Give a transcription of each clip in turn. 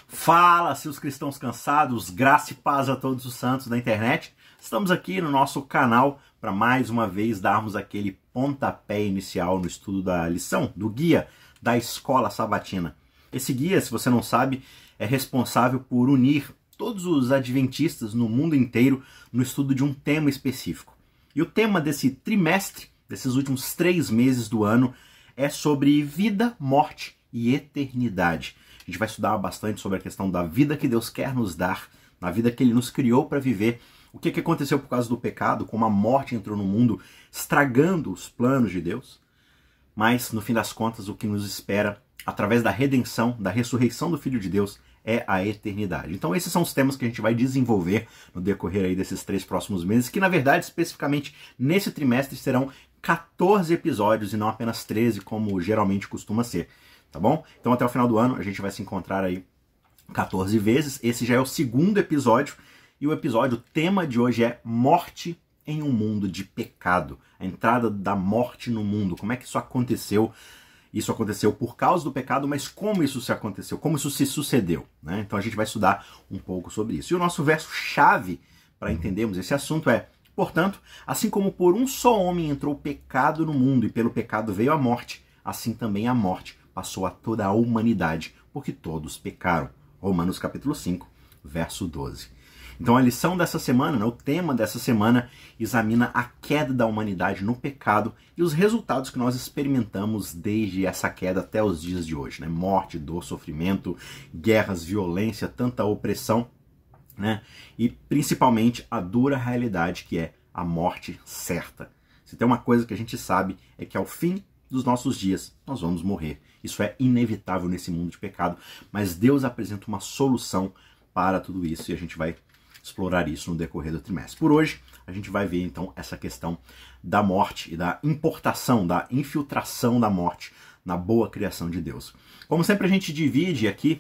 Fala, seus cristãos cansados, graça e paz a todos os santos da internet. Estamos aqui no nosso canal para mais uma vez darmos aquele pontapé inicial no estudo da lição, do guia da Escola Sabatina. Esse guia, se você não sabe, é responsável por unir todos os adventistas no mundo inteiro no estudo de um tema específico. E o tema desse trimestre, desses últimos 3 meses do ano, é sobre vida, morte e eternidade. A gente vai estudar bastante sobre a questão da vida que Deus quer nos dar, na vida que Ele nos criou para viver, o que aconteceu por causa do pecado, como a morte entrou no mundo, estragando os planos de Deus. Mas, no fim das contas, o que nos espera, através da redenção, da ressurreição do Filho de Deus, é a eternidade. Então esses são os temas que a gente vai desenvolver no decorrer aí desses 3 próximos meses, que na verdade, especificamente nesse trimestre, serão 14 episódios e não apenas 13, como geralmente costuma ser. Tá bom? Então até o final do ano a gente vai se encontrar aí 14 vezes. Esse já é o 2º episódio. E o tema de hoje é morte em um mundo de pecado. A entrada da morte no mundo. Como é que isso aconteceu? Isso aconteceu por causa do pecado, mas como isso se aconteceu? Como isso se sucedeu? Né? Então a gente vai estudar um pouco sobre isso. E o nosso verso-chave para entendermos esse assunto é: portanto, assim como por um só homem entrou o pecado no mundo e pelo pecado veio a morte, assim também a morte passou a toda a humanidade, porque todos pecaram. Romanos capítulo 5, verso 12. Então a lição dessa semana, o tema dessa semana, examina a queda da humanidade no pecado e os resultados que nós experimentamos desde essa queda até os dias de hoje. Morte, dor, sofrimento, guerras, violência, tanta opressão, e principalmente a dura realidade que é a morte certa. Se tem uma coisa que a gente sabe é que ao fim dos nossos dias nós vamos morrer. Isso é inevitável nesse mundo de pecado, mas Deus apresenta uma solução para tudo isso e a gente vai explorar isso no decorrer do trimestre. Por hoje, a gente vai ver então essa questão da morte e da importação, da infiltração da morte na boa criação de Deus. Como sempre, a gente divide aqui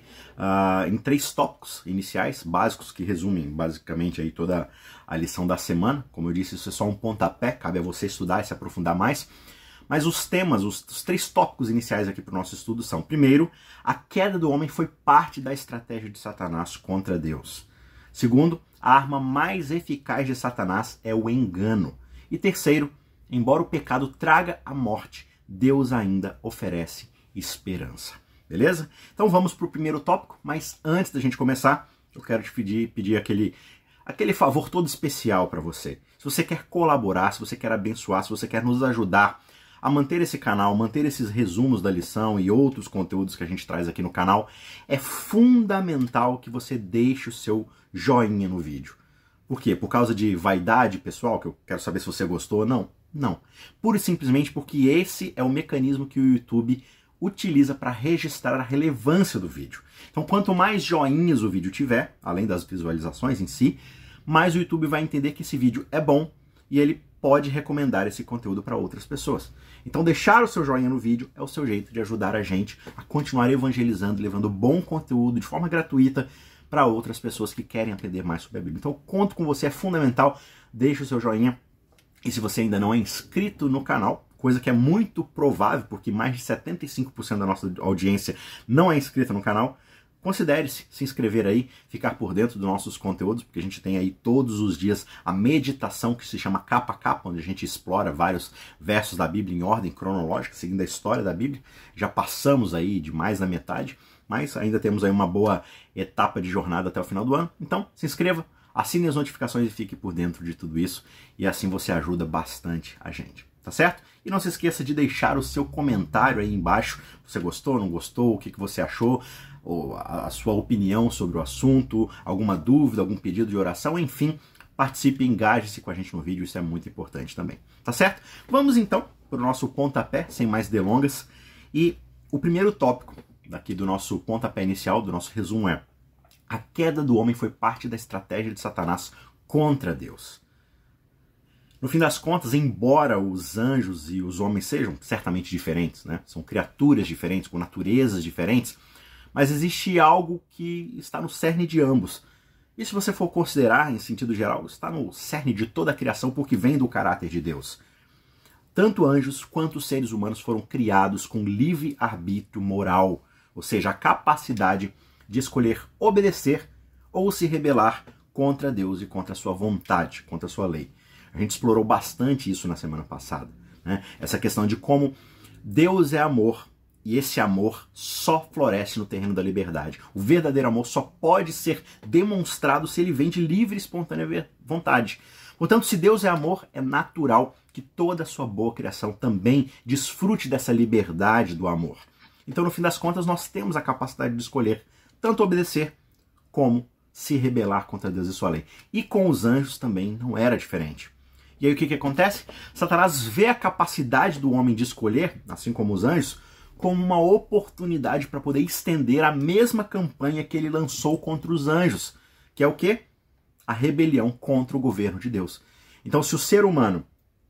em 3 tópicos iniciais, básicos, que resumem basicamente aí toda a lição da semana. Como eu disse, isso é só um pontapé, cabe a você estudar e se aprofundar mais. Mas os temas, os 3 tópicos iniciais aqui para o nosso estudo são: primeiro, a queda do homem foi parte da estratégia de Satanás contra Deus. Segundo, a arma mais eficaz de Satanás é o engano. E terceiro, embora o pecado traga a morte, Deus ainda oferece esperança. Beleza? Então vamos para o primeiro tópico, mas antes da gente começar, eu quero te pedir aquele favor todo especial para você. Se você quer colaborar, se você quer abençoar, se você quer nos ajudar a manter esse canal, manter esses resumos da lição e outros conteúdos que a gente traz aqui no canal, é fundamental que você deixe o seu joinha no vídeo. Por quê? Por causa de vaidade pessoal, que eu quero saber se você gostou ou não? Não. Pura e simplesmente porque esse é o mecanismo que o YouTube utiliza para registrar a relevância do vídeo. Então, quanto mais joinhas o vídeo tiver, além das visualizações em si, mais o YouTube vai entender que esse vídeo é bom e ele pode recomendar esse conteúdo para outras pessoas. Então deixar o seu joinha no vídeo é o seu jeito de ajudar a gente a continuar evangelizando, levando bom conteúdo de forma gratuita para outras pessoas que querem aprender mais sobre a Bíblia. Então conto com você, é fundamental, deixa o seu joinha. E se você ainda não é inscrito no canal, coisa que é muito provável, porque mais de 75% da nossa audiência não é inscrita no canal, considere-se se inscrever aí, ficar por dentro dos nossos conteúdos, porque a gente tem aí todos os dias a meditação que se chama Capa a Capa, onde a gente explora vários versos da Bíblia em ordem cronológica, seguindo a história da Bíblia. Já passamos aí de mais da metade, mas ainda temos aí uma boa etapa de jornada até o final do ano. Então, se inscreva, assine as notificações e fique por dentro de tudo isso, e assim você ajuda bastante a gente, tá certo? E não se esqueça de deixar o seu comentário aí embaixo. Você gostou, não gostou, o que você achou, ou a sua opinião sobre o assunto, alguma dúvida, algum pedido de oração, enfim, participe e engaje-se com a gente no vídeo, isso é muito importante também, tá certo? Vamos então para o nosso pontapé, sem mais delongas, e o primeiro tópico daqui do nosso pontapé inicial, do nosso resumo é: a queda do homem foi parte da estratégia de Satanás contra Deus. No fim das contas, embora os anjos e os homens sejam certamente diferentes, são criaturas diferentes, com naturezas diferentes, mas existe algo que está no cerne de ambos. E se você for considerar, em sentido geral, está no cerne de toda a criação, porque vem do caráter de Deus. Tanto anjos quanto seres humanos foram criados com livre-arbítrio moral, ou seja, a capacidade de escolher obedecer ou se rebelar contra Deus e contra a sua vontade, contra a sua lei. A gente explorou bastante isso na semana passada, né? Essa questão de como Deus é amor e esse amor só floresce no terreno da liberdade. O verdadeiro amor só pode ser demonstrado se ele vem de livre e espontânea vontade. Portanto, se Deus é amor, é natural que toda a sua boa criação também desfrute dessa liberdade do amor. Então, no fim das contas, nós temos a capacidade de escolher tanto obedecer como se rebelar contra Deus e sua lei. E com os anjos também não era diferente. E aí o que acontece? Satanás vê a capacidade do homem de escolher, assim como os anjos, como uma oportunidade para poder estender a mesma campanha que ele lançou contra os anjos, que é o quê? A rebelião contra o governo de Deus. Então, se o ser humano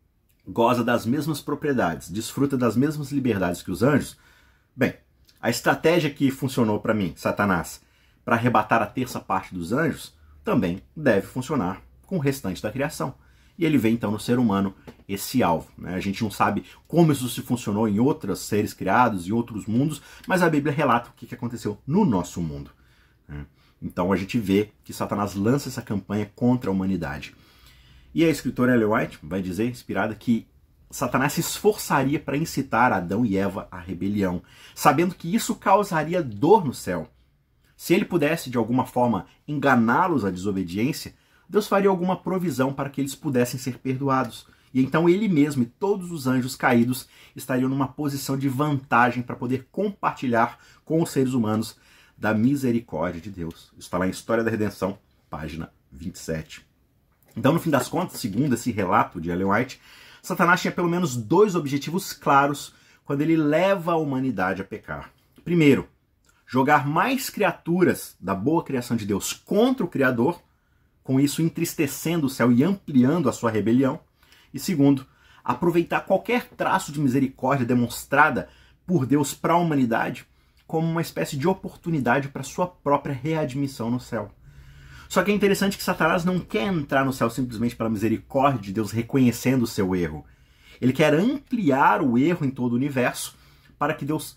goza das mesmas propriedades, desfruta das mesmas liberdades que os anjos, bem, a estratégia que funcionou para mim, Satanás, para arrebatar a terça parte dos anjos, também deve funcionar com o restante da criação. E ele vê então no ser humano esse alvo, né? A gente não sabe como isso se funcionou em outros seres criados, em outros mundos, mas a Bíblia relata o que aconteceu no nosso mundo, né? Então a gente vê que Satanás lança essa campanha contra a humanidade. E a escritora Ellen White vai dizer, inspirada, que Satanás se esforçaria para incitar Adão e Eva à rebelião, sabendo que isso causaria dor no céu. Se ele pudesse, de alguma forma, enganá-los à desobediência, Deus faria alguma provisão para que eles pudessem ser perdoados. E então ele mesmo e todos os anjos caídos estariam numa posição de vantagem para poder compartilhar com os seres humanos da misericórdia de Deus. Isso está lá em História da Redenção, página 27. Então, no fim das contas, segundo esse relato de Ellen White, Satanás tinha pelo menos dois objetivos claros quando ele leva a humanidade a pecar. Primeiro, jogar mais criaturas da boa criação de Deus contra o Criador, com isso entristecendo o céu e ampliando a sua rebelião. E segundo, aproveitar qualquer traço de misericórdia demonstrada por Deus para a humanidade como uma espécie de oportunidade para sua própria readmissão no céu. Só que é interessante que Satanás não quer entrar no céu simplesmente pela misericórdia de Deus reconhecendo o seu erro. Ele quer ampliar o erro em todo o universo para que Deus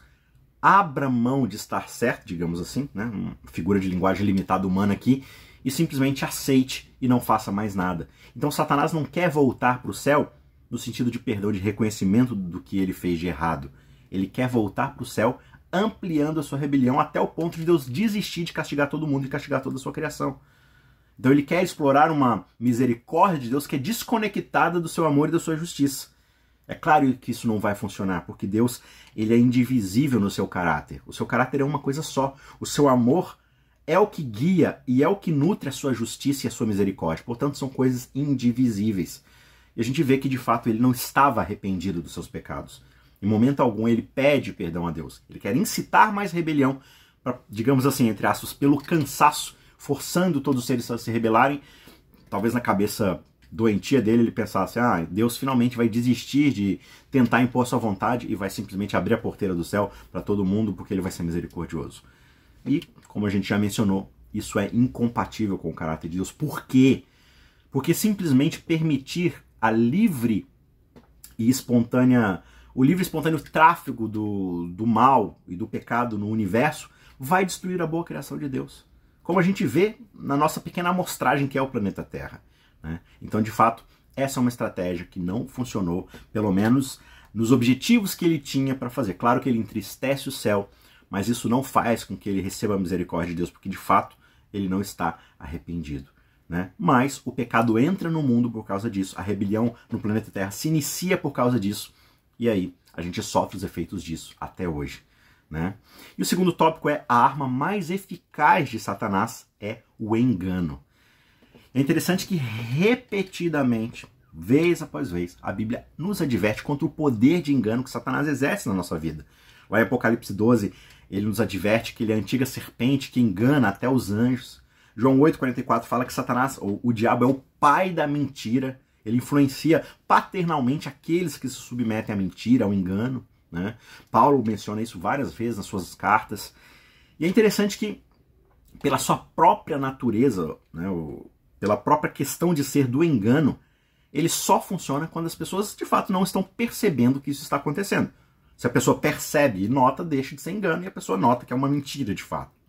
abra mão de estar certo, digamos assim, né? Uma figura de linguagem limitada humana aqui, e simplesmente aceite e não faça mais nada. Então Satanás não quer voltar para o céu no sentido de perdão, de reconhecimento do que ele fez de errado. Ele quer voltar para o céu ampliando a sua rebelião até o ponto de Deus desistir de castigar todo mundo e castigar toda a sua criação. Então ele quer explorar uma misericórdia de Deus que é desconectada do seu amor e da sua justiça. É claro que isso não vai funcionar, porque Deus ele é indivisível no seu caráter. O seu caráter é uma coisa só. O seu amor é o que guia e é o que nutre a sua justiça e a sua misericórdia. Portanto, são coisas indivisíveis. E a gente vê que, de fato, ele não estava arrependido dos seus pecados. Em momento algum, ele pede perdão a Deus. Ele quer incitar mais rebelião, pra, digamos assim, entre aspas, pelo cansaço, forçando todos os seres a se rebelarem. Talvez na cabeça doentia dele ele pensasse, Deus finalmente vai desistir de tentar impor sua vontade e vai simplesmente abrir a porteira do céu para todo mundo porque ele vai ser misericordioso. E, como a gente já mencionou, isso é incompatível com o caráter de Deus. Por quê? Porque simplesmente permitir o livre e espontâneo tráfego do mal e do pecado no universo vai destruir a boa criação de Deus. Como a gente vê na nossa pequena amostragem que é o planeta Terra, né? Então, de fato, essa é uma estratégia que não funcionou, pelo menos nos objetivos que ele tinha para fazer. Claro que ele entristece o céu, mas isso não faz com que ele receba a misericórdia de Deus, porque de fato ele não está arrependido, né? Mas o pecado entra no mundo por causa disso, a rebelião no planeta Terra se inicia por causa disso, e aí a gente sofre os efeitos disso até hoje, né? E o segundo tópico é a arma mais eficaz de Satanás é o engano. É interessante que repetidamente, vez após vez, a Bíblia nos adverte contra o poder de engano que Satanás exerce na nossa vida. Lá em Apocalipse 12, ele nos adverte que ele é a antiga serpente que engana até os anjos. João 8,44 fala que Satanás, ou o diabo, é o pai da mentira. Ele influencia paternalmente aqueles que se submetem à mentira, ao engano, né? Paulo menciona isso várias vezes nas suas cartas. E é interessante que, pela sua própria natureza, né, pela própria questão de ser do engano, ele só funciona quando as pessoas, de fato, não estão percebendo que isso está acontecendo. Se a pessoa percebe e nota, deixa de ser engano, e a pessoa nota que é uma mentira, de fato.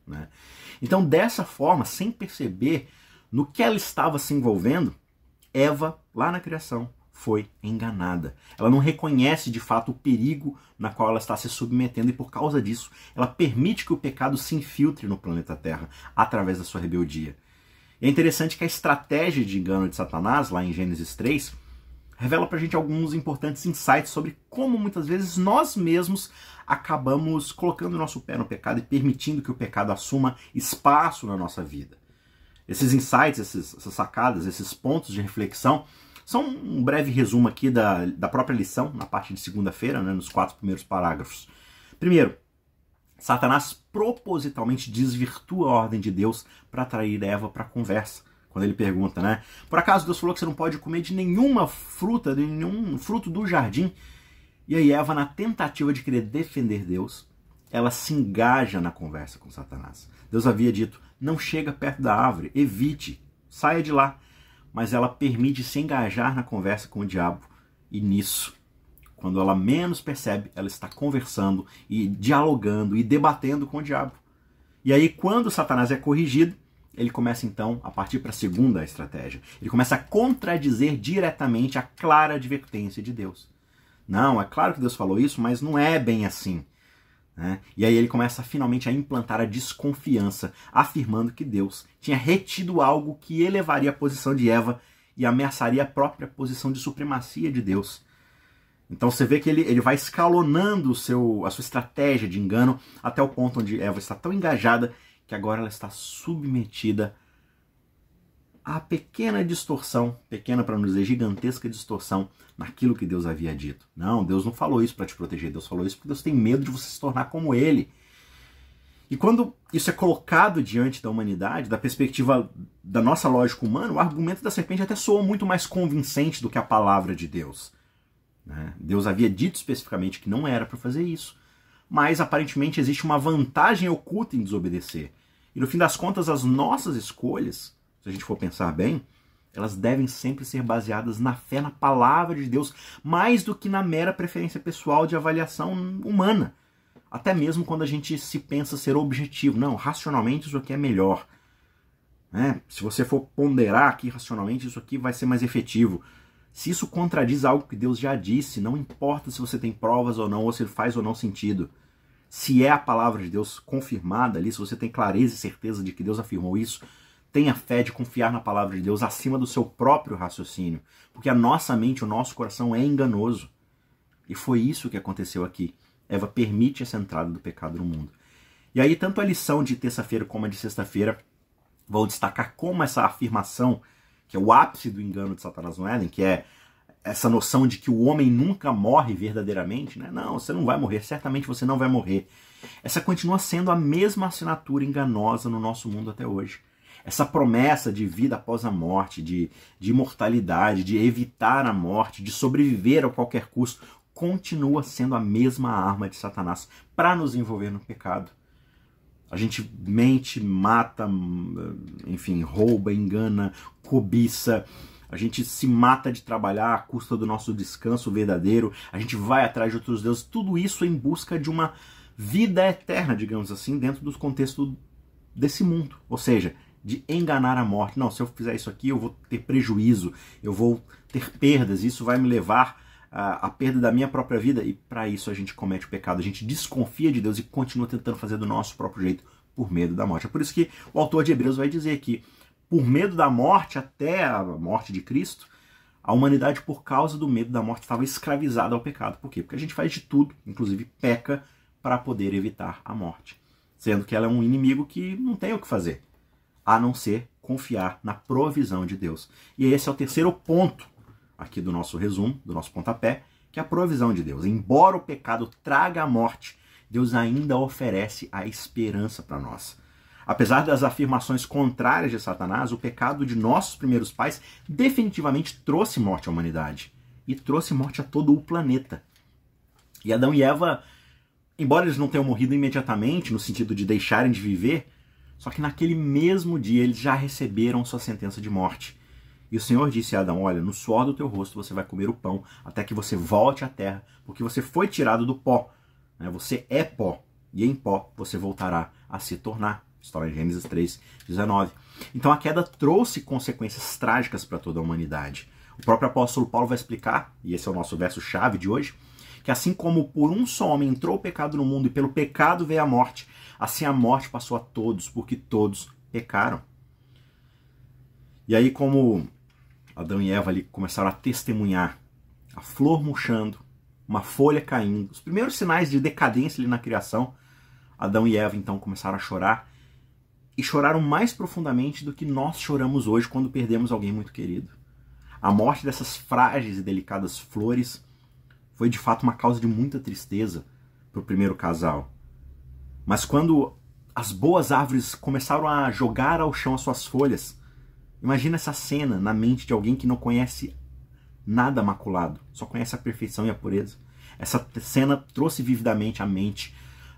né? Então, dessa forma, sem perceber no que ela estava se envolvendo, Eva, lá na criação, foi enganada. Ela não reconhece de fato o perigo na qual ela está se submetendo e por causa disso, ela permite que o pecado se infiltre no planeta Terra através da sua rebeldia. E é interessante que a estratégia de engano de Satanás, lá em Gênesis 3, revela pra gente alguns importantes insights sobre como muitas vezes nós mesmos acabamos colocando o nosso pé no pecado e permitindo que o pecado assuma espaço na nossa vida. Esses insights, essas sacadas, esses pontos de reflexão são um breve resumo aqui da própria lição, na parte de segunda-feira, né, nos 4 primeiros parágrafos. Primeiro, Satanás propositalmente desvirtua a ordem de Deus para atrair Eva para a conversa. Quando ele pergunta, né? Por acaso Deus falou que você não pode comer de nenhuma fruta, de nenhum fruto do jardim? E aí Eva, na tentativa de querer defender Deus, ela se engaja na conversa com Satanás. Deus havia dito, não chega perto da árvore, evite, saia de lá. Mas ela permite se engajar na conversa com o diabo. E nisso, quando ela menos percebe, ela está conversando e dialogando e debatendo com o diabo. E aí, quando Satanás é corrigido, ele começa então a partir para a segunda estratégia. Ele começa a contradizer diretamente a clara advertência de Deus. Não, é claro que Deus falou isso, mas não é bem assim. Né? E aí ele começa finalmente a implantar a desconfiança, afirmando que Deus tinha retido algo que elevaria a posição de Eva e ameaçaria a própria posição de supremacia de Deus. Então você vê que ele vai escalonando a sua estratégia de engano até o ponto onde Eva está tão engajada que agora ela está submetida à pequena distorção, pequena para não dizer gigantesca distorção, naquilo que Deus havia dito. Não, Deus não falou isso para te proteger, Deus falou isso porque Deus tem medo de você se tornar como Ele. E quando isso é colocado diante da humanidade, da perspectiva da nossa lógica humana, o argumento da serpente até soa muito mais convincente do que a palavra de Deus. Né? Deus havia dito especificamente que não era para fazer isso, mas aparentemente existe uma vantagem oculta em desobedecer. E no fim das contas, as nossas escolhas, se a gente for pensar bem, elas devem sempre ser baseadas na fé na palavra de Deus, mais do que na mera preferência pessoal de avaliação humana. Até mesmo quando a gente se pensa ser objetivo. Não, racionalmente isso aqui é melhor. Né? Se você for ponderar aqui racionalmente, isso aqui vai ser mais efetivo. Se isso contradiz algo que Deus já disse, não importa se você tem provas ou não, ou se faz ou não sentido. Se é a palavra de Deus confirmada ali, se você tem clareza e certeza de que Deus afirmou isso, tenha fé de confiar na palavra de Deus acima do seu próprio raciocínio. Porque a nossa mente, o nosso coração é enganoso. E foi isso que aconteceu aqui. Eva permite essa entrada do pecado no mundo. E aí, tanto a lição de terça-feira como a de sexta-feira vão destacar como essa afirmação, que é o ápice do engano de Satanás no Éden, que é essa noção de que o homem nunca morre verdadeiramente, né? Não, você não vai morrer, certamente você não vai morrer. Essa continua sendo a mesma assinatura enganosa no nosso mundo até hoje. Essa promessa de vida após a morte, de imortalidade, de evitar a morte, de sobreviver a qualquer custo, continua sendo a mesma arma de Satanás para nos envolver no pecado. A gente mente, mata, enfim, rouba, engana, cobiça. A gente se mata de trabalhar à custa do nosso descanso verdadeiro. A gente vai atrás de outros deuses. Tudo isso em busca de uma vida eterna, digamos assim, dentro do contexto desse mundo. Ou seja, de enganar a morte. Não, se eu fizer isso aqui, eu vou ter prejuízo, eu vou ter perdas, isso vai me levar à perda da minha própria vida. E para isso a gente comete o pecado. A gente desconfia de Deus e continua tentando fazer do nosso próprio jeito por medo da morte. É por isso que o autor de Hebreus vai dizer que por medo da morte, até a morte de Cristo, a humanidade, por causa do medo da morte, estava escravizada ao pecado. Por quê? Porque a gente faz de tudo, inclusive peca, para poder evitar a morte. Sendo que ela é um inimigo que não tem o que fazer, a não ser confiar na provisão de Deus. E esse é o terceiro ponto aqui do nosso resumo, do nosso pontapé, que é a provisão de Deus. Embora o pecado traga a morte, Deus ainda oferece a esperança para nós. Apesar das afirmações contrárias de Satanás, o pecado de nossos primeiros pais definitivamente trouxe morte à humanidade. E trouxe morte a todo o planeta. E Adão e Eva, embora eles não tenham morrido imediatamente, no sentido de deixarem de viver, só que naquele mesmo dia eles já receberam sua sentença de morte. E o Senhor disse a Adão, olha, no suor do teu rosto você vai comer o pão, até que você volte à terra, porque você foi tirado do pó. Você é pó, e em pó você voltará a se tornar. História em Gênesis 3:19. Então a queda trouxe consequências trágicas para toda a humanidade. O próprio apóstolo Paulo vai explicar, e esse é o nosso verso-chave de hoje, que assim como por um só homem entrou o pecado no mundo e pelo pecado veio a morte, assim a morte passou a todos, porque todos pecaram. E aí, como Adão e Eva ali começaram a testemunhar a flor murchando, uma folha caindo, os primeiros sinais de decadência ali na criação, Adão e Eva então começaram a chorar, e choraram mais profundamente do que nós choramos hoje quando perdemos alguém muito querido. A morte dessas frágeis e delicadas flores foi de fato uma causa de muita tristeza para o primeiro casal. Mas quando as boas árvores começaram a jogar ao chão as suas folhas, imagina essa cena na mente de alguém que não conhece nada maculado, só conhece a perfeição e a pureza. Essa cena trouxe vividamente à mente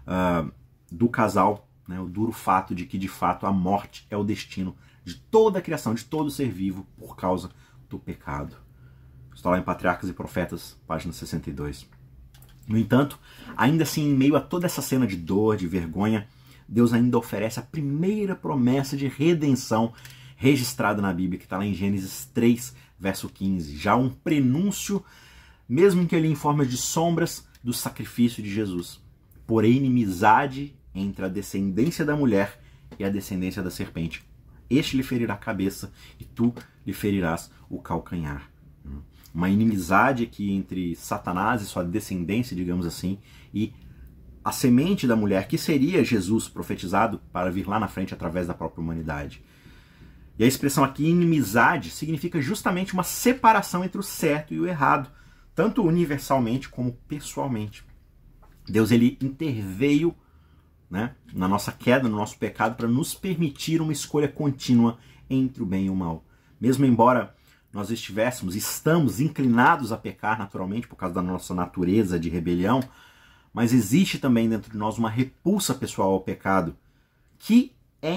do casal, né, o duro fato de que, de fato, a morte é o destino de toda a criação, de todo ser vivo, por causa do pecado. Está lá em Patriarcas e Profetas, página 62. No entanto, ainda assim, em meio a toda essa cena de dor, de vergonha, Deus ainda oferece a primeira promessa de redenção registrada na Bíblia, que está lá em Gênesis 3, verso 15. Já um prenúncio, mesmo que ali em forma de sombras, do sacrifício de Jesus. Porém, inimizade entre a descendência da mulher e a descendência da serpente. Este lhe ferirá a cabeça e tu lhe ferirás o calcanhar. Uma inimizade aqui entre Satanás e sua descendência, digamos assim, e a semente da mulher, que seria Jesus profetizado para vir lá na frente através da própria humanidade. E a expressão aqui, inimizade, significa justamente uma separação entre o certo e o errado, tanto universalmente como pessoalmente. Deus, ele interveio, né, na nossa queda, no nosso pecado, para nos permitir uma escolha contínua entre o bem e o mal. Mesmo embora nós estamos inclinados a pecar naturalmente por causa da nossa natureza de rebelião, mas existe também dentro de nós uma repulsa pessoal ao pecado, que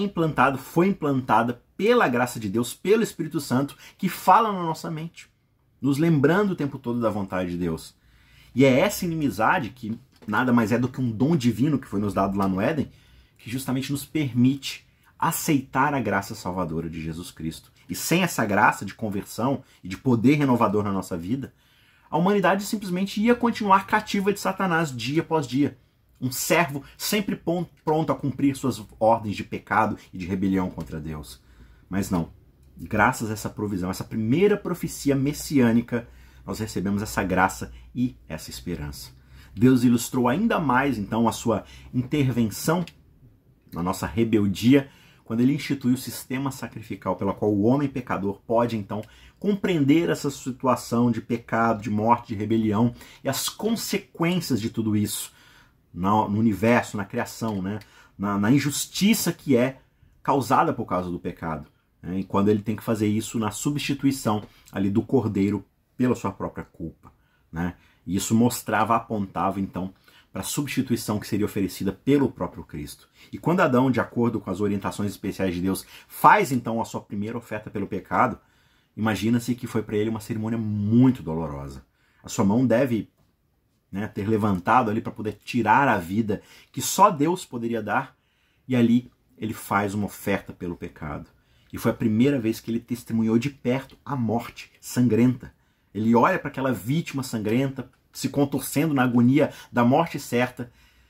foi implantada pela graça de Deus, pelo Espírito Santo, que fala na nossa mente, nos lembrando o tempo todo da vontade de Deus. E é essa inimizade, que nada mais é do que um dom divino que foi nos dado lá no Éden, que justamente nos permite aceitar a graça salvadora de Jesus Cristo. E sem essa graça de conversão e de poder renovador na nossa vida, a humanidade simplesmente ia continuar cativa de Satanás dia após dia. Um servo sempre pronto a cumprir suas ordens de pecado e de rebelião contra Deus. Mas não. Graças a essa provisão, essa primeira profecia messiânica, nós recebemos essa graça e essa esperança. Deus ilustrou ainda mais, então, a sua intervenção na nossa rebeldia, quando ele institui o sistema sacrificial pelo qual o homem pecador pode, então, compreender essa situação de pecado, de morte, de rebelião e as consequências de tudo isso no universo, na criação, né? na injustiça que é causada por causa do pecado. Né? E quando ele tem que fazer isso na substituição ali do cordeiro pela sua própria culpa. Né? E isso apontava, então, para a substituição que seria oferecida pelo próprio Cristo. E quando Adão, de acordo com as orientações especiais de Deus, faz então a sua primeira oferta pelo pecado, imagina-se que foi para ele uma cerimônia muito dolorosa. A sua mão deve, né, ter levantado ali para poder tirar a vida que só Deus poderia dar, e ali ele faz uma oferta pelo pecado. E foi a primeira vez que ele testemunhou de perto a morte sangrenta. Ele olha para aquela vítima sangrenta, se contorcendo na agonia da morte certa,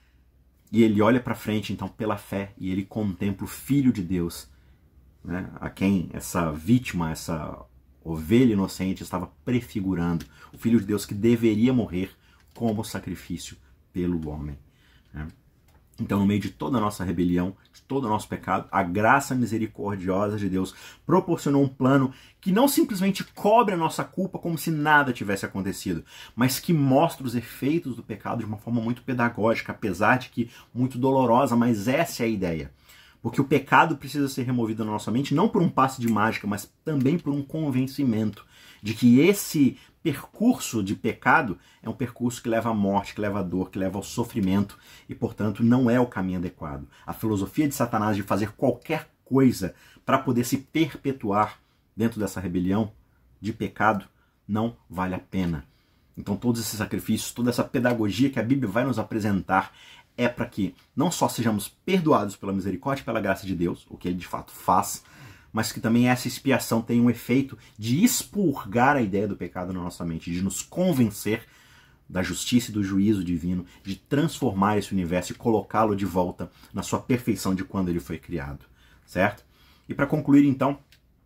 e ele olha para frente, então, pela fé, e ele contempla o Filho de Deus, né, a quem essa vítima, essa ovelha inocente estava prefigurando. O Filho de Deus que deveria morrer como sacrifício pelo homem. Né? Então, no meio de toda a nossa rebelião, de todo o nosso pecado, a graça misericordiosa de Deus proporcionou um plano que não simplesmente cobre a nossa culpa como se nada tivesse acontecido, mas que mostra os efeitos do pecado de uma forma muito pedagógica, apesar de que muito dolorosa, mas essa é a ideia. Porque o pecado precisa ser removido na nossa mente não por um passe de mágica, mas também por um convencimento de que esse percurso de pecado é um percurso que leva à morte, que leva à dor, que leva ao sofrimento e, portanto, não é o caminho adequado. A filosofia de Satanás de fazer qualquer coisa para poder se perpetuar dentro dessa rebelião de pecado não vale a pena. Então todos esses sacrifícios, toda essa pedagogia que a Bíblia vai nos apresentar é para que não só sejamos perdoados pela misericórdia e pela graça de Deus, o que ele de fato faz, mas que também essa expiação tem um efeito de expurgar a ideia do pecado na nossa mente, de nos convencer da justiça e do juízo divino, de transformar esse universo e colocá-lo de volta na sua perfeição de quando ele foi criado, certo? E para concluir, então,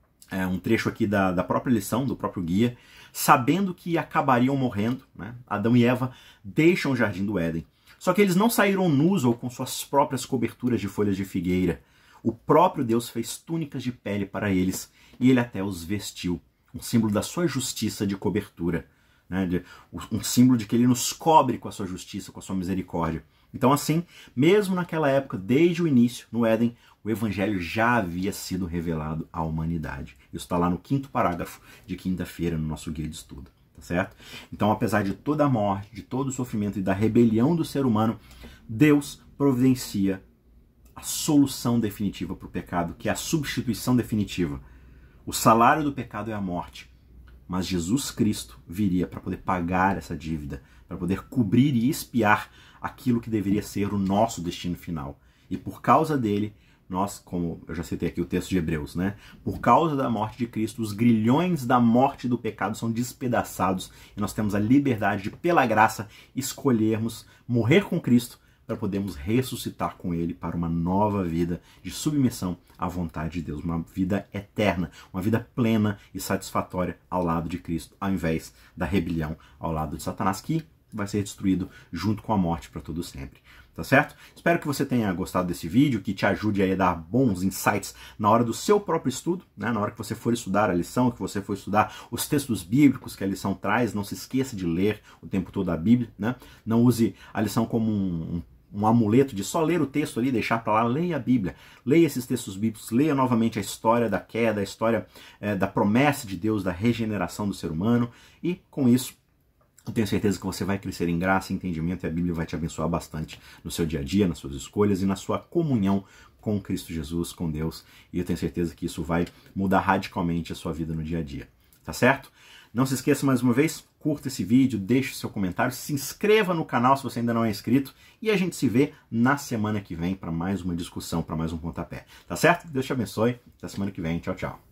um trecho aqui da própria lição, do próprio guia, sabendo que acabariam morrendo, né? Adão e Eva deixam o jardim do Éden. Só que eles não saíram nus ou com suas próprias coberturas de folhas de figueira. O próprio Deus fez túnicas de pele para eles e ele até os vestiu, um símbolo da sua justiça de cobertura, né? Um símbolo de que ele nos cobre com a sua justiça, com a sua misericórdia. Então assim, mesmo naquela época, desde o início, no Éden, o Evangelho já havia sido revelado à humanidade. Isso está lá no 5º parágrafo de quinta-feira no nosso guia de estudo. Tá certo? Então, apesar de toda a morte, de todo o sofrimento e da rebelião do ser humano, Deus providencia a solução definitiva para o pecado, que é a substituição definitiva. O salário do pecado é a morte, mas Jesus Cristo viria para poder pagar essa dívida, para poder cobrir e expiar aquilo que deveria ser o nosso destino final. E por causa dele, nós, como eu já citei aqui o texto de Hebreus, né? Por causa da morte de Cristo, os grilhões da morte e do pecado são despedaçados e nós temos a liberdade de, pela graça, escolhermos morrer com Cristo para podermos ressuscitar com Ele para uma nova vida de submissão à vontade de Deus, uma vida eterna, uma vida plena e satisfatória ao lado de Cristo, ao invés da rebelião ao lado de Satanás, que vai ser destruído junto com a morte para todo sempre. Tá certo? Espero que você tenha gostado desse vídeo, que te ajude aí a dar bons insights na hora do seu próprio estudo, né? Na hora que você for estudar a lição, que você for estudar os textos bíblicos que a lição traz. Não se esqueça de ler o tempo todo a Bíblia, né? Não use a lição como um amuleto de só ler o texto ali, deixar para lá. Leia a Bíblia, leia esses textos bíblicos, leia novamente a história da queda, a história da promessa de Deus, da regeneração do ser humano, e com isso eu tenho certeza que você vai crescer em graça e entendimento, e a Bíblia vai te abençoar bastante no seu dia a dia, nas suas escolhas e na sua comunhão com Cristo Jesus, com Deus. E eu tenho certeza que isso vai mudar radicalmente a sua vida no dia a dia. Tá certo? Não se esqueça mais uma vez, curta esse vídeo, deixe o seu comentário, se inscreva no canal se você ainda não é inscrito, e a gente se vê na semana que vem para mais uma discussão, para mais um pontapé. Tá certo? Deus te abençoe. Até semana que vem. Tchau, tchau.